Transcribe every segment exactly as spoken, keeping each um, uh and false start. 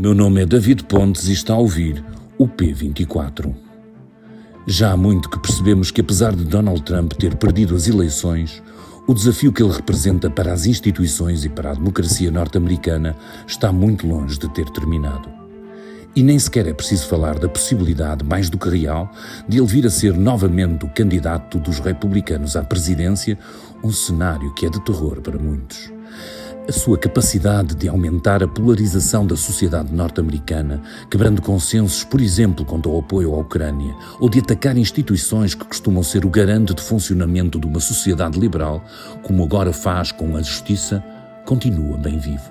meu nome é David Pontes e está a ouvir o P vinte e quatro. Já há muito que percebemos que, apesar de Donald Trump ter perdido as eleições, o desafio que ele representa para as instituições e para a democracia norte-americana está muito longe de ter terminado. E nem sequer é preciso falar da possibilidade, mais do que real, de ele vir a ser novamente o candidato dos republicanos à presidência, um cenário que é de terror para muitos. A sua capacidade de aumentar a polarização da sociedade norte-americana, quebrando consensos, por exemplo, quanto ao apoio à Ucrânia, ou de atacar instituições que costumam ser o garante de funcionamento de uma sociedade liberal, como agora faz com a justiça, continua bem vivo.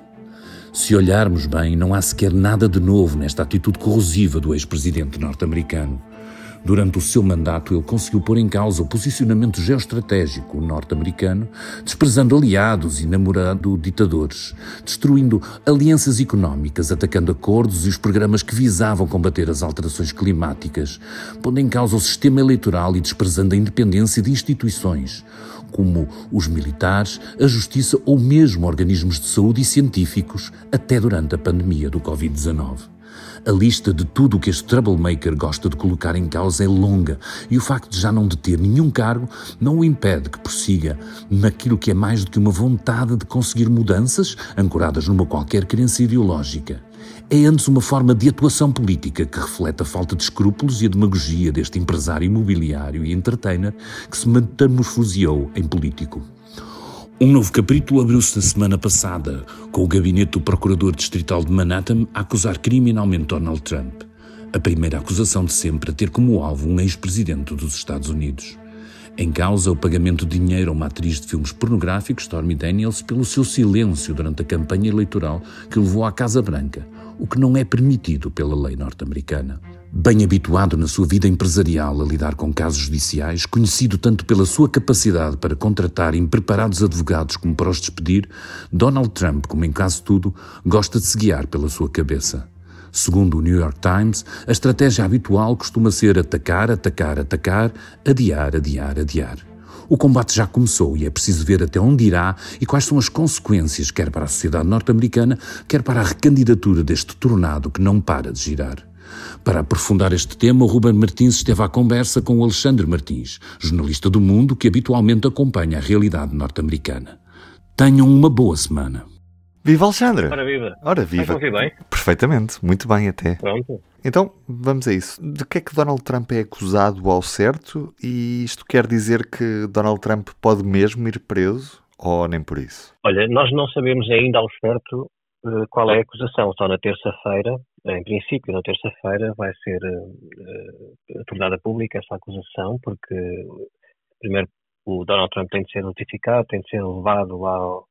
Se olharmos bem, não há sequer nada de novo nesta atitude corrosiva do ex-presidente norte-americano. Durante o seu mandato, ele conseguiu pôr em causa o posicionamento geoestratégico norte-americano, desprezando aliados e namorando ditadores, destruindo alianças económicas, atacando acordos e os programas que visavam combater as alterações climáticas, pondo em causa o sistema eleitoral e desprezando a independência de instituições, como os militares, a justiça ou mesmo organismos de saúde e científicos, até durante a pandemia do covid dezenove. A lista de tudo o que este troublemaker gosta de colocar em causa é longa e o facto de já não deter nenhum cargo não o impede que prossiga naquilo que é mais do que uma vontade de conseguir mudanças ancoradas numa qualquer crença ideológica. É antes uma forma de atuação política que reflete a falta de escrúpulos e a demagogia deste empresário imobiliário e entertainer que se metamorfoseou em político. Um novo capítulo abriu-se na semana passada, com o gabinete do procurador distrital de Manhattan a acusar criminalmente Donald Trump. A primeira acusação de sempre a ter como alvo um ex-presidente dos Estados Unidos. Em causa, o pagamento de dinheiro a uma atriz de filmes pornográficos, Stormy Daniels, pelo seu silêncio durante a campanha eleitoral que levou à Casa Branca, o que não é permitido pela lei norte-americana. Bem habituado na sua vida empresarial a lidar com casos judiciais, conhecido tanto pela sua capacidade para contratar impreparados advogados como para os despedir, Donald Trump, como em quase tudo, gosta de se guiar pela sua cabeça. Segundo o New York Times, a estratégia habitual costuma ser atacar, atacar, atacar, adiar, adiar, adiar. O combate já começou e é preciso ver até onde irá e quais são as consequências, quer para a sociedade norte-americana, quer para a recandidatura deste tornado que não para de girar. Para aprofundar este tema, o Ruben Martins esteve à conversa com o Alexandre Martins, jornalista do Mundo que habitualmente acompanha a realidade norte-americana. Tenham uma boa semana. Viva Alexandre! Ora viva! Ora viva! Vai bem? Perfeitamente, muito bem até. Pronto. Então, vamos a isso. De que é que Donald Trump é acusado ao certo? E isto quer dizer que Donald Trump pode mesmo ir preso? Ou nem por isso? Olha, nós não sabemos ainda ao certo uh, qual é a acusação. Só na terça-feira, em princípio na terça-feira, vai ser uh, tornada pública essa acusação, porque primeiro o Donald Trump tem de ser notificado, tem de ser levado lá ao,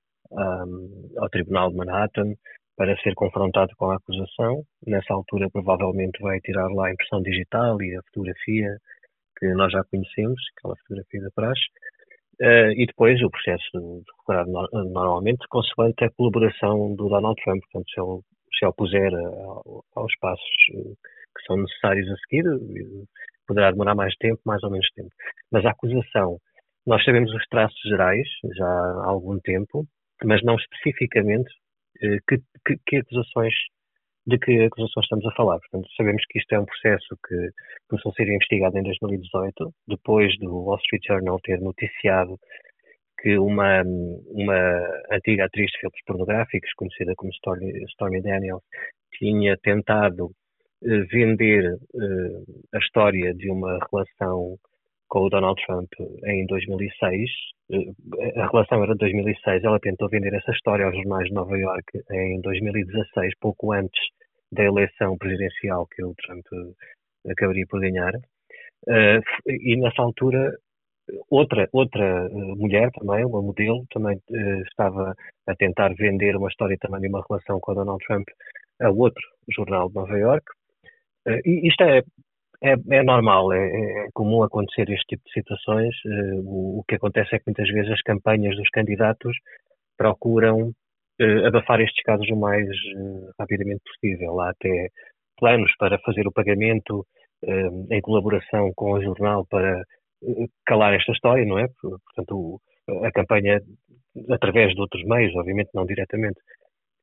um, ao Tribunal de Manhattan para ser confrontado com a acusação. Nessa altura provavelmente vai tirar lá a impressão digital e a fotografia que nós já conhecemos, aquela fotografia da praxe. Uh, e depois o processo decorado no, normalmente consoante a colaboração do Donald Trump. Portanto, se ele se opuser a, aos passos que são necessários a seguir, poderá demorar mais tempo, mais ou menos tempo. Mas a acusação, nós sabemos os traços gerais já há algum tempo, mas não especificamente uh, que, que, que acusações, de que acusações estamos a falar. Portanto, sabemos que isto é um processo que começou a ser investigado em dois mil e dezoito, depois do Wall Street Journal ter noticiado que uma, uma antiga atriz de filmes pornográficos, conhecida como Stormy, Stormy Daniels, tinha tentado uh, vender uh, a história de uma relação com o Donald Trump em dois mil e seis. Uh, a relação era de dois mil e seis, ela tentou vender essa história aos jornais de Nova Iorque em dois mil e dezasseis, pouco antes da eleição presidencial que o Trump acabaria por ganhar. Uh, e nessa altura outra, outra uh, mulher também, uma modelo, também uh, estava a tentar vender uma história também de uma relação com o Donald Trump a outro jornal de Nova Iorque. Uh, e isto é, é, é normal, é, é comum acontecer este tipo de situações. Uh, o, o que acontece é que muitas vezes as campanhas dos candidatos procuram uh, abafar estes casos o mais uh, rapidamente possível. Há até planos para fazer o pagamento uh, em colaboração com o jornal para uh, calar esta história, não é? Portanto, a campanha através de outros meios, obviamente não diretamente,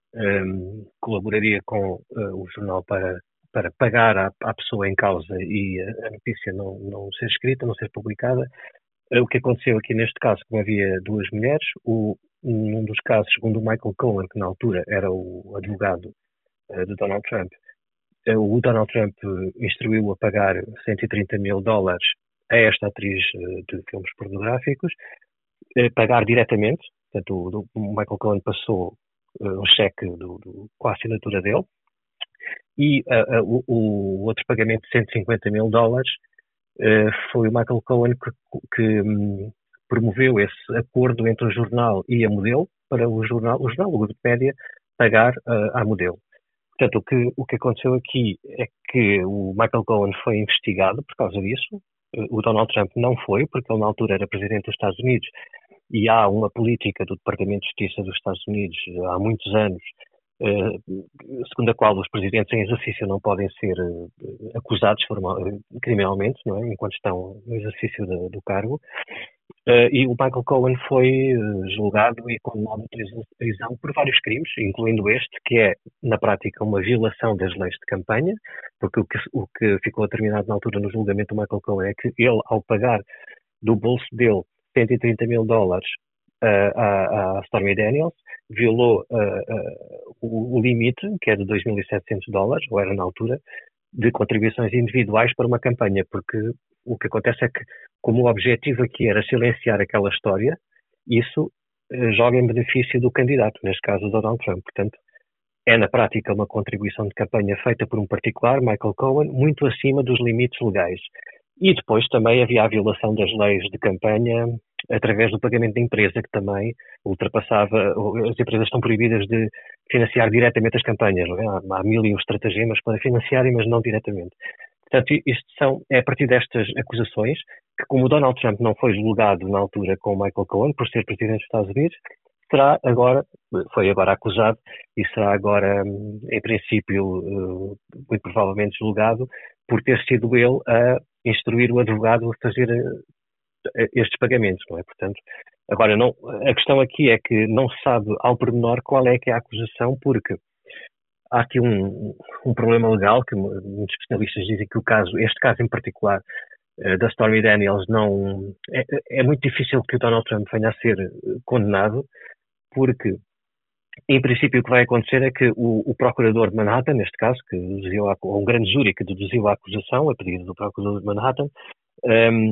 um, colaboraria com uh, o jornal para, para pagar à, à pessoa em causa e a, a notícia não, não ser escrita, não ser publicada. Uh, o que aconteceu aqui neste caso, como havia duas mulheres, o, num dos casos, segundo o Michael Cohen, que na altura era o advogado uh, de Donald Trump, uh, o Donald Trump instruiu a pagar cento e trinta mil dólares a esta atriz uh, de filmes pornográficos, uh, pagar diretamente. Portanto, o, o Michael Cohen passou uh, um cheque do, do, com a assinatura dele, e uh, uh, o, o outro pagamento de cento e cinquenta mil dólares uh, foi o Michael Cohen que, que um, promoveu esse acordo entre o jornal e a modelo, para o jornal, o jornal, o Wikipedia, pagar uh, à modelo. Portanto, o que, o que aconteceu aqui é que o Michael Cohen foi investigado por causa disso. Uh, o Donald Trump não foi, porque ele na altura era presidente dos Estados Unidos, e há uma política do Departamento de Justiça dos Estados Unidos há muitos anos, eh, segundo a qual os presidentes em exercício não podem ser eh, acusados formal, criminalmente, não é? Enquanto estão no exercício de, do cargo. Eh, e o Michael Cohen foi eh, julgado e condenado a prisão por vários crimes, incluindo este, que é, na prática, uma violação das leis de campanha, porque o que, o que ficou determinado na altura no julgamento do Michael Cohen é que ele, ao pagar do bolso dele cento e trinta mil dólares uh, à, à Stormy Daniels, violou uh, uh, o, o limite, que é de dois mil e setecentos dólares, ou era na altura, de contribuições individuais para uma campanha, porque o que acontece é que, como o objetivo aqui era silenciar aquela história, isso uh, joga em benefício do candidato, neste caso o Donald Trump. Portanto, é na prática uma contribuição de campanha feita por um particular, Michael Cohen, muito acima dos limites legais. E depois também havia a violação das leis de campanha através do pagamento da empresa, que também ultrapassava. As empresas estão proibidas de financiar diretamente as campanhas, não é? Há, há mil e um estratagemas para financiarem, mas não diretamente. Portanto, isto são, é a partir destas acusações que, como o Donald Trump não foi julgado na altura com o Michael Cohen por ser presidente dos Estados Unidos, será agora, foi agora acusado e será agora, em princípio, muito provavelmente julgado por ter sido ele a instruir o advogado a fazer estes pagamentos, não é? Portanto, agora, não, a questão aqui é que não se sabe ao pormenor qual é que é a acusação, porque há aqui um, um problema legal, que muitos especialistas dizem que o caso, este caso em particular, da Stormy Daniels, não, é, é muito difícil que o Donald Trump venha a ser condenado, porque, em princípio, o que vai acontecer é que o, o procurador de Manhattan, neste caso, que deduziu a, um grande júri que deduziu a acusação, a pedido do procurador de Manhattan, um,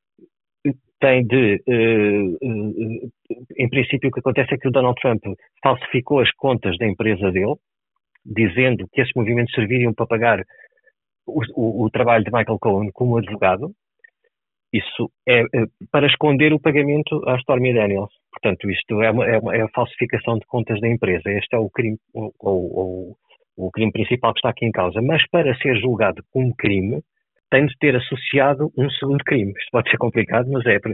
tem de, uh, uh, em princípio, o que acontece é que o Donald Trump falsificou as contas da empresa dele, dizendo que esses movimentos serviriam para pagar o, o, o trabalho de Michael Cohen como advogado. Isso é, é para esconder o pagamento à Stormy Daniels. Portanto, isto é, uma, é, uma, é a falsificação de contas da empresa. Este é o crime, ou, ou, o crime principal que está aqui em causa. Mas para ser julgado como crime, tem de ter associado um segundo crime. Isto pode ser complicado, mas é.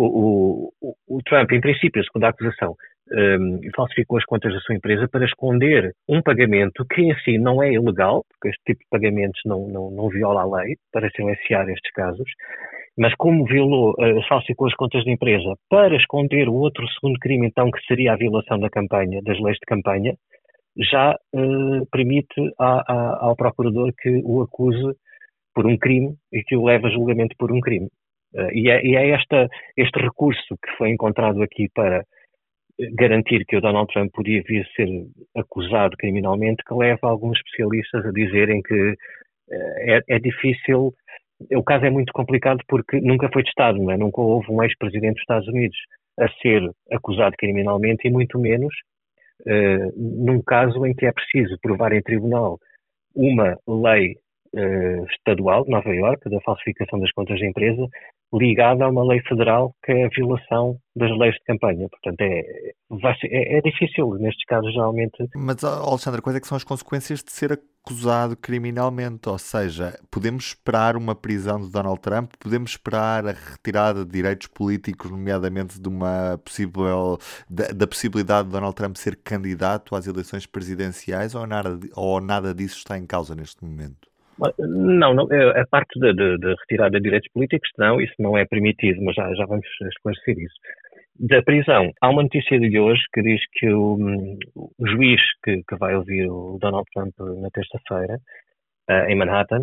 O, o, o Trump, em princípio, segundo a acusação, um, falsificou as contas da sua empresa para esconder um pagamento que em si não é ilegal, porque este tipo de pagamentos não, não, não viola a lei, para silenciar estes casos. Mas como violou, uh, falsificou as contas da empresa para esconder o outro segundo crime, então, que seria a violação da campanha, das leis de campanha, já uh, permite a, a, ao procurador que o acuse por um crime e que o leve a julgamento por um crime. Uh, e é, e é esta, este recurso que foi encontrado aqui para garantir que o Donald Trump podia vir a ser acusado criminalmente, que leva alguns especialistas a dizerem que uh, é, é difícil. O caso é muito complicado porque nunca foi testado, não é? Nunca houve um ex-presidente dos Estados Unidos a ser acusado criminalmente e muito menos uh, num caso em que é preciso provar em tribunal uma lei uh, estadual de Nova Iorque, da falsificação das contas da empresa, ligada a uma lei federal que é a violação das leis de campanha. Portanto, é, vai ser, é, é difícil nestes casos, geralmente. Mas, Alexandre, quais é que são as consequências de ser acusado criminalmente? Ou seja, podemos esperar uma prisão de Donald Trump? Podemos esperar a retirada de direitos políticos, nomeadamente de uma possível, da, da possibilidade de Donald Trump ser candidato às eleições presidenciais, ou nada, ou nada disso está em causa neste momento? Não, não, a parte de, de, de retirada de direitos políticos, não, isso não é permitido, mas já, já vamos esclarecer isso. Da prisão, há uma notícia de hoje que diz que o, o juiz que, que vai ouvir o Donald Trump na terça-feira, uh, em Manhattan,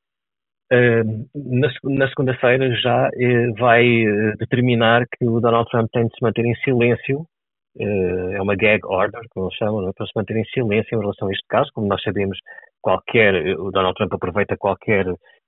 uh, na, na segunda-feira já uh, vai uh, determinar que o Donald Trump tem de se manter em silêncio, uh, é uma gag order, como eles chamam, não é? Para se manter em silêncio em relação a este caso. Como nós sabemos, qualquer, o Donald Trump aproveita qualquer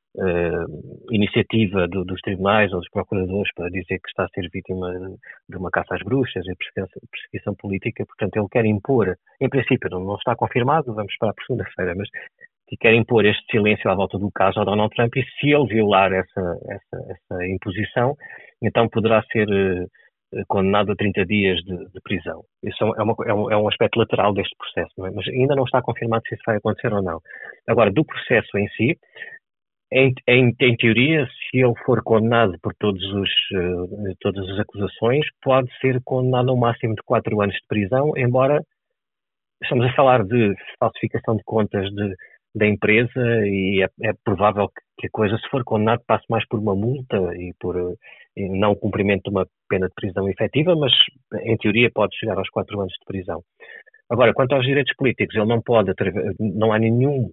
Uh, iniciativa do, dos tribunais ou dos procuradores para dizer que está a ser vítima de uma caça às bruxas e perseguição, perseguição política. Portanto, ele quer impor, em princípio não, não está confirmado, vamos esperar por segunda-feira, mas que quer impor este silêncio à volta do caso ao Donald Trump, e se ele violar essa, essa, essa imposição, então poderá ser uh, condenado a trinta dias de, de prisão. Isso é, uma, é, um, é um aspecto lateral deste processo, não é? Mas ainda não está confirmado se isso vai acontecer ou não. Agora, do processo em si, Em, em, em teoria, se ele for condenado por todos os, uh, todas as acusações, pode ser condenado a um máximo de quatro anos de prisão, embora estamos a falar de falsificação de contas de, da empresa, e é, é provável que, que a coisa, se for condenado, passe mais por uma multa e por uh, e não o cumprimento de uma pena de prisão efetiva, mas em teoria pode chegar aos quatro anos de prisão. Agora, quanto aos direitos políticos, ele não pode, não há nenhum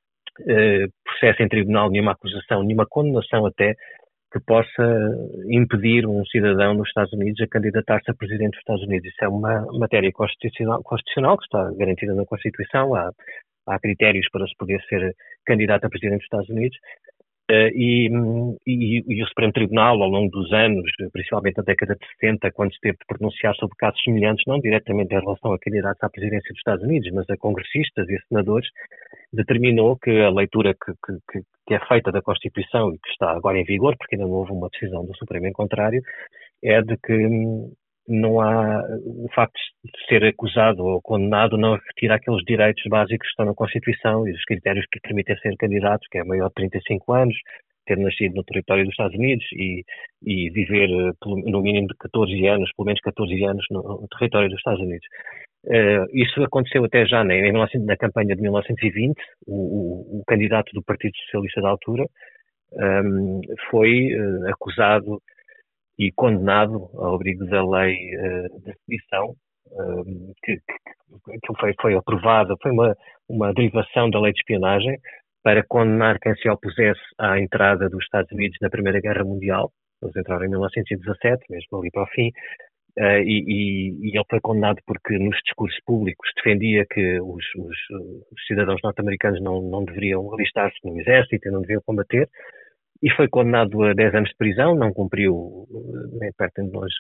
Uh, processo em tribunal, nenhuma acusação, nenhuma condenação até, que possa impedir um cidadão dos Estados Unidos a candidatar-se a presidente dos Estados Unidos. Isso é uma matéria constitucional, constitucional que está garantida na Constituição. Há, há critérios para se poder ser candidato a presidente dos Estados Unidos. Uh, e, e, e o Supremo Tribunal, ao longo dos anos, principalmente na década de sessenta, quando se teve de pronunciar sobre casos semelhantes, não diretamente em relação a candidatos à presidência dos Estados Unidos, mas a congressistas e a senadores, determinou que a leitura que, que, que é feita da Constituição e que está agora em vigor, porque ainda não houve uma decisão do Supremo em contrário, é de que não há, o facto de ser acusado ou condenado não retira aqueles direitos básicos que estão na Constituição e os critérios que permitem ser candidatos, que é maior de trinta e cinco anos, ter nascido no território dos Estados Unidos e, e viver no mínimo de catorze anos, pelo menos catorze anos no, no território dos Estados Unidos. Uh, isso aconteceu até já né, na campanha de mil novecentos e vinte, o, o, o candidato do Partido Socialista da altura um, foi uh, acusado e condenado ao abrigo da lei uh, da sedição, uh, que, que foi, foi aprovada, foi uma, uma derivação da lei de espionagem para condenar quem se opusesse à entrada dos Estados Unidos na Primeira Guerra Mundial. Eles entraram em mil novecentos e dezassete, mesmo ali para o fim, uh, e, e, e ele foi condenado porque nos discursos públicos defendia que os, os, os cidadãos norte-americanos não, não deveriam alistar-se no exército e não deveriam combater. E foi condenado a dez anos de prisão, não cumpriu nem perto nem de longe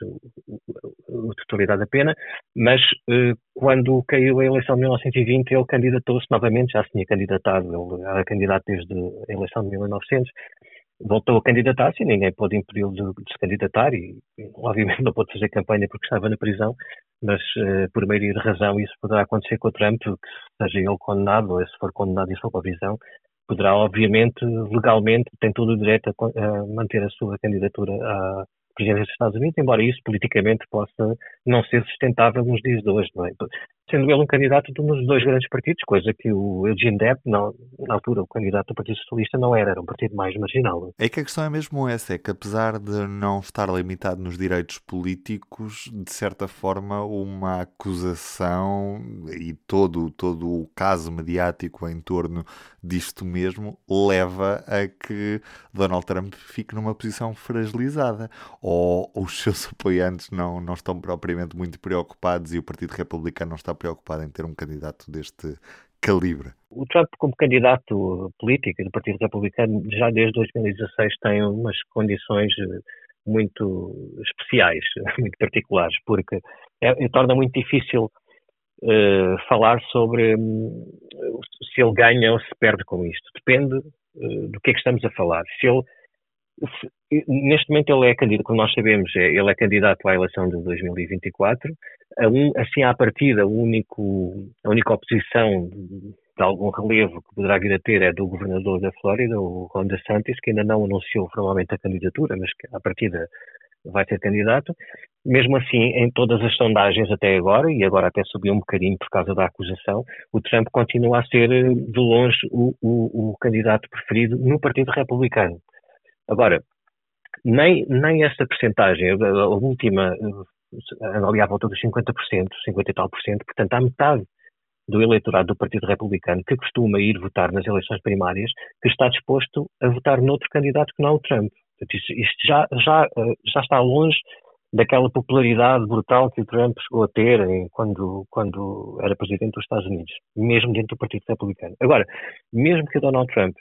a totalidade da pena, mas eh, quando caiu a eleição de mil novecentos e vinte, ele candidatou-se novamente, já se tinha candidatado, ele era candidato desde a eleição de mil e novecentos, voltou a candidatar-se e ninguém pôde impedi-lo de, de se candidatar e, obviamente, não pôde fazer campanha porque estava na prisão, mas eh, por maioria de razão isso poderá acontecer com o Trump, que seja ele condenado, ou se for condenado e for para a prisão, poderá, obviamente, legalmente, tem todo o direito a, a manter a sua candidatura à presidência dos Estados Unidos, embora isso politicamente possa não ser sustentável nos dias de hoje, não é? Sendo ele um candidato de um dos dois grandes partidos, coisa que o Eugene Debs, não, na altura, o candidato do Partido Socialista, não era, era um partido mais marginal. É que a questão é mesmo essa, é que apesar de não estar limitado nos direitos políticos, de certa forma, uma acusação e todo, todo o caso mediático em torno disto mesmo leva a que Donald Trump fique numa posição fragilizada. Ou os seus apoiantes não, não estão propriamente muito preocupados e o Partido Republicano não está preocupado em ter um candidato deste calibre. O Trump, como candidato político do Partido Republicano, já desde dois mil e dezasseis tem umas condições muito especiais, muito particulares, porque é, é, torna muito difícil uh, falar sobre um, se ele ganha ou se perde com isto. Depende uh, do que é que estamos a falar. Se ele Neste momento ele é candidato, como nós sabemos, ele é candidato à eleição de dois mil e vinte e quatro. A um, assim, à partida, o único, a única oposição de, de algum relevo que poderá vir a ter é do governador da Flórida, o Ron DeSantis, que ainda não anunciou formalmente a candidatura, mas que à partida vai ser candidato. Mesmo assim, em todas as sondagens até agora, e agora até subiu um bocadinho por causa da acusação, o Trump continua a ser de longe o, o, o candidato preferido no Partido Republicano. Agora, nem, nem esta percentagem, a última anda ali à volta dos cinquenta por cento, cinquenta e tal por cento, portanto há metade do eleitorado do Partido Republicano que costuma ir votar nas eleições primárias, que está disposto a votar noutro candidato que não o Trump. Portanto, isto, isto já, já, já está longe daquela popularidade brutal que o Trump chegou a ter em, quando, quando era presidente dos Estados Unidos, mesmo dentro do Partido Republicano. Agora, mesmo que o Donald Trump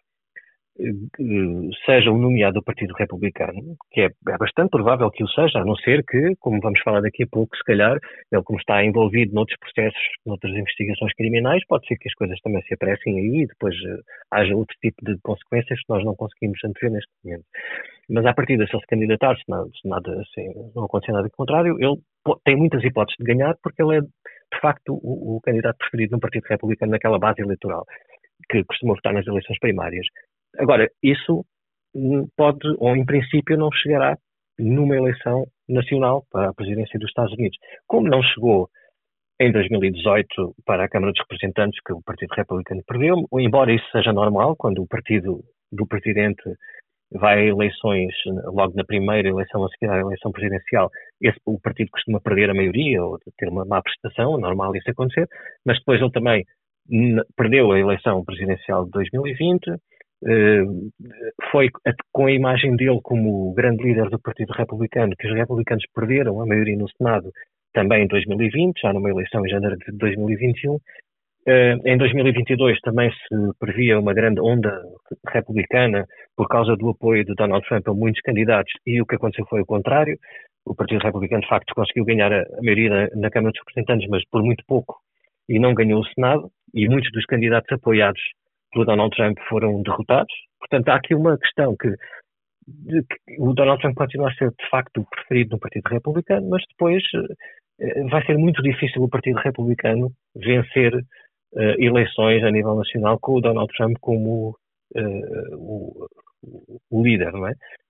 seja o nomeado do Partido Republicano, que é, é bastante provável que o seja, a não ser que, como vamos falar daqui a pouco, se calhar, ele como está envolvido noutros processos, noutras investigações criminais, pode ser que as coisas também se apressem aí e depois uh, haja outro tipo de consequências que nós não conseguimos antever neste momento. Mas à partida, se ele se candidatar, se nada, se nada assim, não acontecer nada de contrário, ele tem muitas hipóteses de ganhar porque ele é, de facto, o, o candidato preferido no Partido Republicano naquela base eleitoral que costuma votar nas eleições primárias. Agora, isso pode, ou em princípio, não chegará numa eleição nacional para a presidência dos Estados Unidos. Como não chegou em dois mil e dezoito para a Câmara dos Representantes, que o Partido Republicano perdeu, embora isso seja normal, quando o partido do presidente vai a eleições, logo na primeira eleição a seguir à eleição presidencial, esse, o partido costuma perder a maioria ou ter uma má prestação, é normal isso acontecer, mas depois ele também perdeu a eleição presidencial de dois mil e vinte, Uh, foi com a imagem dele como o grande líder do Partido Republicano que os republicanos perderam a maioria no Senado também em dois mil e vinte, já numa eleição em janeiro de dois mil e vinte e um. Uh, em dois mil e vinte e dois também se previa uma grande onda republicana por causa do apoio de Donald Trump a muitos candidatos, e o que aconteceu foi o contrário. O Partido Republicano de facto conseguiu ganhar a, a maioria na, na Câmara dos Representantes, mas por muito pouco, e não ganhou o Senado, e muitos dos candidatos apoiados pelo Donald Trump foram derrotados. Portanto, há aqui uma questão que, de, que o Donald Trump continua a ser, de facto, o preferido no Partido Republicano, mas depois eh, vai ser muito difícil o Partido Republicano vencer eh, eleições a nível nacional com o Donald Trump como eh, o, o líder, não é?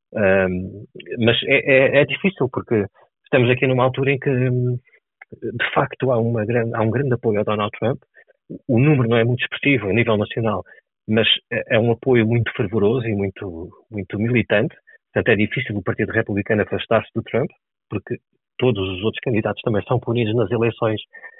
Um, mas é, é, é difícil, porque estamos aqui numa altura em que, de facto, há, uma grande, há um grande apoio ao Donald Trump. O número não é muito expressivo a nível nacional, mas é um apoio muito fervoroso e muito, muito militante. Portanto, é difícil o Partido Republicano afastar-se do Trump, porque todos os outros candidatos também são punidos nas eleições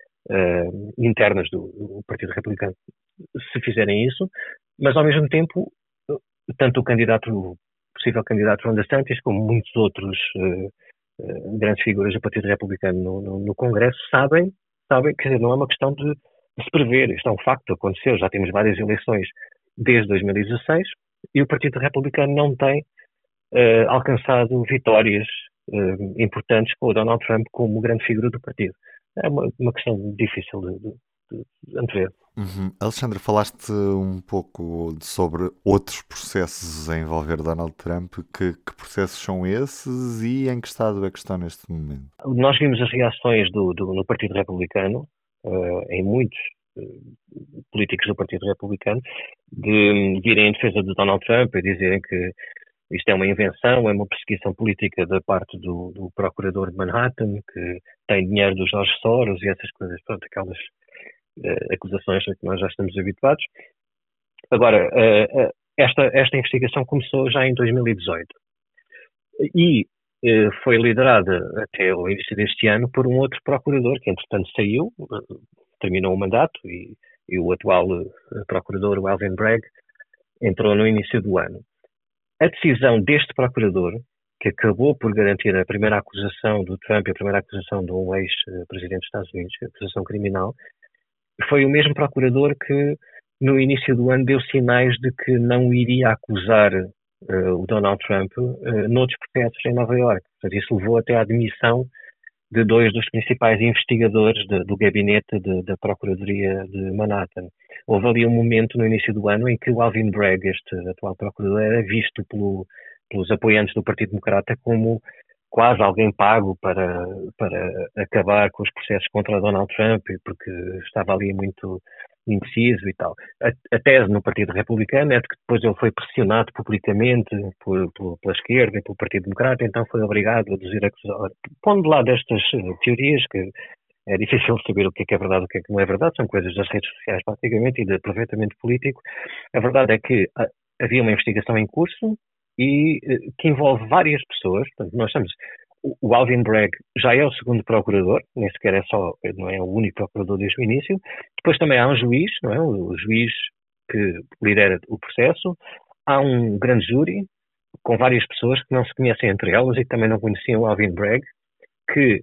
uh, internas do, do Partido Republicano, se fizerem isso. Mas, ao mesmo tempo, tanto o candidato, o possível candidato Ron DeSantis, como muitos outros uh, uh, grandes figuras do Partido Republicano no, no, no Congresso, sabem, sabem, quer dizer, não é uma questão de de se prever, isto é um facto, aconteceu, já temos várias eleições desde dois mil e dezasseis e o Partido Republicano não tem uh, alcançado vitórias uh, importantes com o Donald Trump como grande figura do partido. É uma, uma questão difícil de, de, de antever. Uhum. Alexandre, falaste um pouco sobre outros processos a envolver Donald Trump. Que, que processos são esses e em que estado é que estão neste momento? Nós vimos as reações do, do, no Partido Republicano, Uh, em muitos uh, políticos do Partido Republicano, de virem em defesa de Donald Trump e dizerem que isto é uma invenção, é uma perseguição política da parte do, do procurador de Manhattan, que tem dinheiro do George Soros e essas coisas, pronto, aquelas uh, acusações a que nós já estamos habituados. Agora, uh, uh, esta, esta investigação começou já em dois mil e dezoito e foi liderada até o início deste ano por um outro procurador que, entretanto, saiu, terminou o mandato e, e o atual procurador, o Alvin Bragg, entrou no início do ano. A decisão deste procurador, que acabou por garantir a primeira acusação do Trump e a primeira acusação de um ex-presidente dos Estados Unidos, a acusação criminal, foi o mesmo procurador que, no início do ano, deu sinais de que não iria acusar Uh, o Donald Trump uh, noutros processos em Nova Iorque. Portanto, isso levou até à demissão de dois dos principais investigadores de, do gabinete de, da Procuradoria de Manhattan. Houve ali um momento no início do ano em que o Alvin Bragg, este atual procurador, era visto pelo, pelos apoiantes do Partido Democrata como quase alguém pago para, para acabar com os processos contra Donald Trump, porque estava ali muito indeciso e tal. A, a tese no Partido Republicano é de que depois ele foi pressionado publicamente por, por, pela esquerda e pelo Partido Democrata, então foi obrigado a dizer acusações. Pondo de lado estas uh, teorias, que é difícil saber o que é que é verdade e o que é que não é verdade, são coisas das redes sociais praticamente e de aproveitamento político, a verdade é que uh, havia uma investigação em curso e uh, que envolve várias pessoas. Portanto, nós estamos... o Alvin Bragg já é o segundo procurador, nem sequer é só, não é o único procurador desde o início. Depois também há um juiz, não é? O juiz que lidera o processo. Há um grande júri com várias pessoas que não se conhecem entre elas e que também não conheciam o Alvin Bragg, que,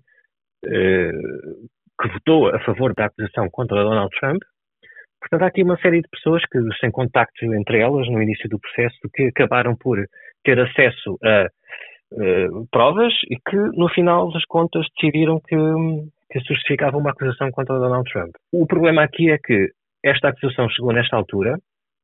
eh, que votou a favor da acusação contra Donald Trump. Portanto, há aqui uma série de pessoas que, sem contacto entre elas no início do processo, que acabaram por ter acesso a uh, provas e que, no final das contas, decidiram que, que se justificava uma acusação contra Donald Trump. O problema aqui é que esta acusação chegou nesta altura,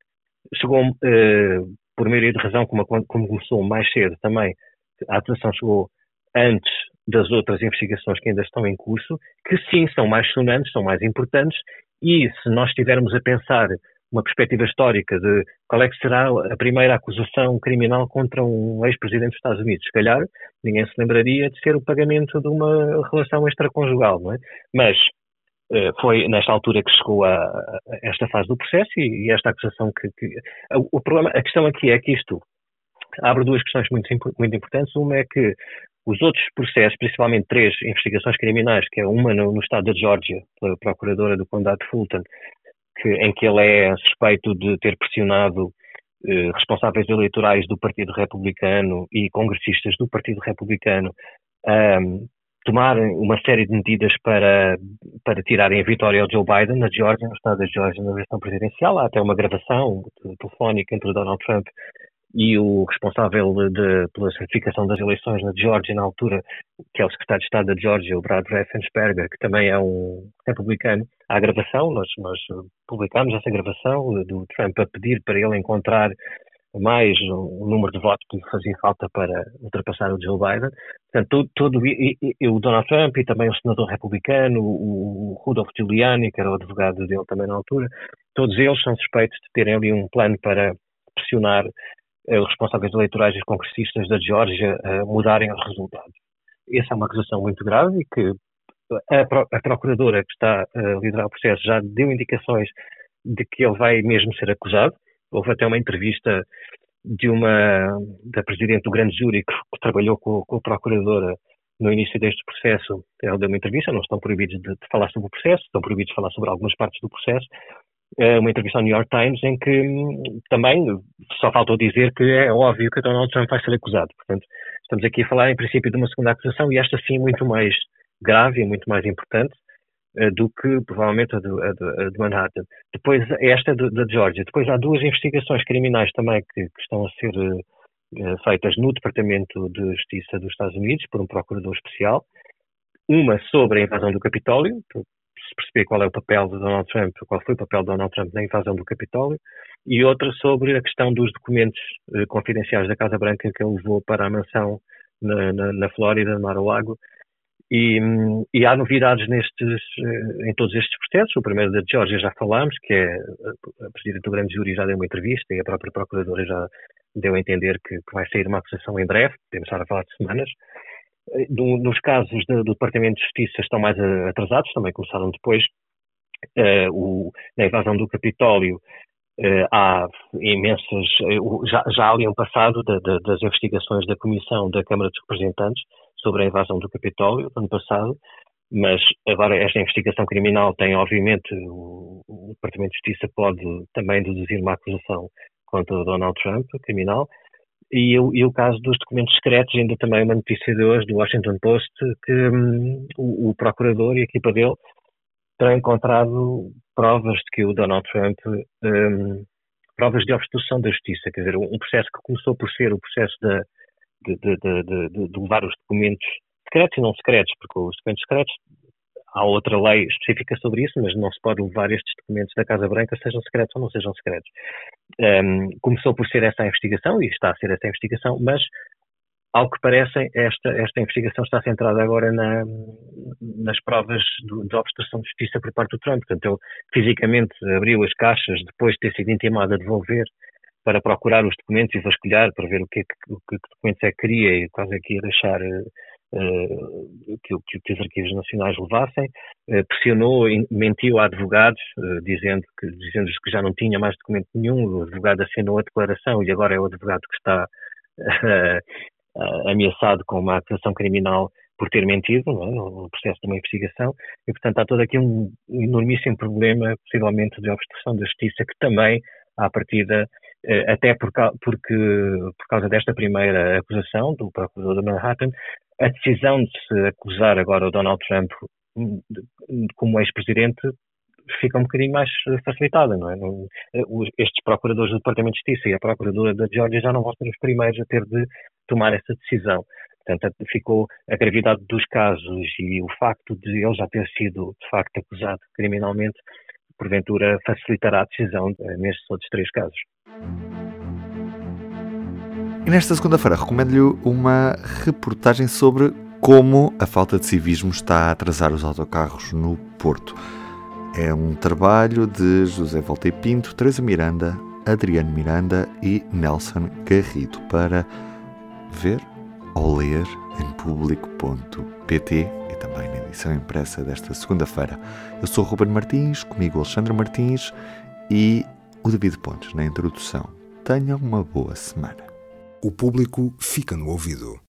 chegou uh, por maioria de razão, como, como começou mais cedo também, a acusação chegou antes das outras investigações que ainda estão em curso, que sim, são mais sonantes, são mais importantes, e se nós estivermos a pensar uma perspectiva histórica de qual é que será a primeira acusação criminal contra um ex-presidente dos Estados Unidos, se calhar ninguém se lembraria de ser o pagamento de uma relação extraconjugal, não é? Mas uh, foi nesta altura que chegou a, a esta fase do processo e, e esta acusação que... que o, o problema, a questão aqui é que isto abre duas questões muito, muito importantes. Uma é que os outros processos, principalmente três investigações criminais, que é uma no, no estado da Geórgia, pela procuradora do condado de Fulton, que, em que ele é suspeito de ter pressionado eh, responsáveis eleitorais do Partido Republicano e congressistas do Partido Republicano a um, tomarem uma série de medidas para, para tirarem a vitória ao Joe Biden na Geórgia, no estado da Geórgia, na eleição presidencial. Há até uma gravação telefónica entre o Donald Trump e o responsável de, pela certificação das eleições na Geórgia, na altura, que é o secretário de Estado da Geórgia, o Brad Raffensperger, que também é um republicano. Há a gravação, nós, nós publicámos essa gravação do Trump a pedir para ele encontrar mais um número de votos que lhe fazia falta para ultrapassar o Joe Biden. Portanto, todo, todo e, e, o Donald Trump e também o senador republicano, o, o Rudolph Giuliani, que era o advogado dele também na altura, todos eles são suspeitos de terem ali um plano para pressionar os responsáveis eleitorais e os congressistas da Geórgia a mudarem os resultados. Essa é uma acusação muito grave e que a, a procuradora que está a liderar o processo já deu indicações de que ele vai mesmo ser acusado. Houve até uma entrevista de uma, da presidente do grande júri que, que trabalhou com, com a procuradora no início deste processo. Ela deu uma entrevista, não estão proibidos de, de falar sobre o processo, estão proibidos de falar sobre algumas partes do processo. Uma entrevista ao New York Times em que também só faltou dizer que é óbvio que Donald Trump vai ser acusado. Portanto, estamos aqui a falar em princípio de uma segunda acusação e esta sim muito mais grave e muito mais importante uh, do que provavelmente a de, a de, a de Manhattan. Depois esta da Geórgia. Depois há duas investigações criminais também que, que estão a ser uh, feitas no Departamento de Justiça dos Estados Unidos por um procurador especial. Uma sobre a invasão do Capitólio, se perceber qual é o papel de Donald Trump, qual foi o papel de Donald Trump na invasão do Capitólio, e outra sobre a questão dos documentos eh, confidenciais da Casa Branca que ele levou para a mansão na, na, na Flórida, no Mar-a-Lago. E, e há novidades nestes, em todos estes processos. O primeiro da Geórgia já falámos, que é a Presidente do Grande Júri já deu uma entrevista e a própria Procuradora já deu a entender que, que vai sair uma acusação em breve, podemos estar a falar de semanas. Do, nos casos do, do Departamento de Justiça estão mais atrasados, também começaram depois. Uh, o, na invasão do Capitólio uh, há imensas, uh, já, já ali um passado da, da, das investigações da Comissão da Câmara dos Representantes sobre a invasão do Capitólio, ano passado, mas agora esta investigação criminal tem, obviamente, o, o Departamento de Justiça pode também deduzir uma acusação contra o Donald Trump, criminal. E o, e o caso dos documentos secretos, ainda também uma notícia de hoje do Washington Post, que hum, o, o procurador e a equipa dele terão encontrado provas de que o Donald Trump, hum, provas de obstrução da justiça, quer dizer, um processo que começou por ser o processo de, de, de, de, de, de levar os documentos secretos e não secretos, porque os documentos secretos, há outra lei específica sobre isso, mas não se pode levar estes documentos da Casa Branca, sejam secretos ou não sejam secretos. Um, começou por ser essa a investigação, e está a ser essa a investigação, mas, ao que parece, esta, esta investigação está centrada agora na, nas provas do, de obstrução de justiça por parte do Trump. Portanto, ele fisicamente abriu as caixas depois de ter sido intimado a devolver para procurar os documentos e vasculhar para ver o que, o que documentos é que queria e quais é que ia deixar Uh, que, que, que os arquivos nacionais levassem, uh, pressionou e mentiu a advogados, uh, dizendo que, dizendo-lhes que já não tinha mais documento nenhum. O advogado assinou a declaração e agora é o advogado que está uh, uh, ameaçado com uma acusação criminal por ter mentido, não é? No processo de uma investigação, e portanto há todo aqui um enormíssimo problema, possivelmente de obstrução da justiça, que também, à partida, uh, até por, porque, por causa desta primeira acusação do procurador de Manhattan, a decisão de se acusar agora o Donald Trump como ex-presidente fica um bocadinho mais facilitada, não é? Estes procuradores do Departamento de Justiça e a procuradora da Geórgia já não vão ser os primeiros a ter de tomar essa decisão. Portanto, ficou a gravidade dos casos e o facto de ele já ter sido, de facto, acusado criminalmente, porventura facilitará a decisão nestes outros três casos. E nesta segunda-feira recomendo-lhe uma reportagem sobre como a falta de civismo está a atrasar os autocarros no Porto. É um trabalho de José Voltei Pinto, Teresa Miranda, Adriano Miranda e Nelson Garrido para ver ou ler em público ponto pt e também na edição impressa desta segunda-feira. Eu sou o Ruben Martins, comigo Alexandre Martins e o David Pontes na introdução. Tenham uma boa semana. O público fica no ouvido.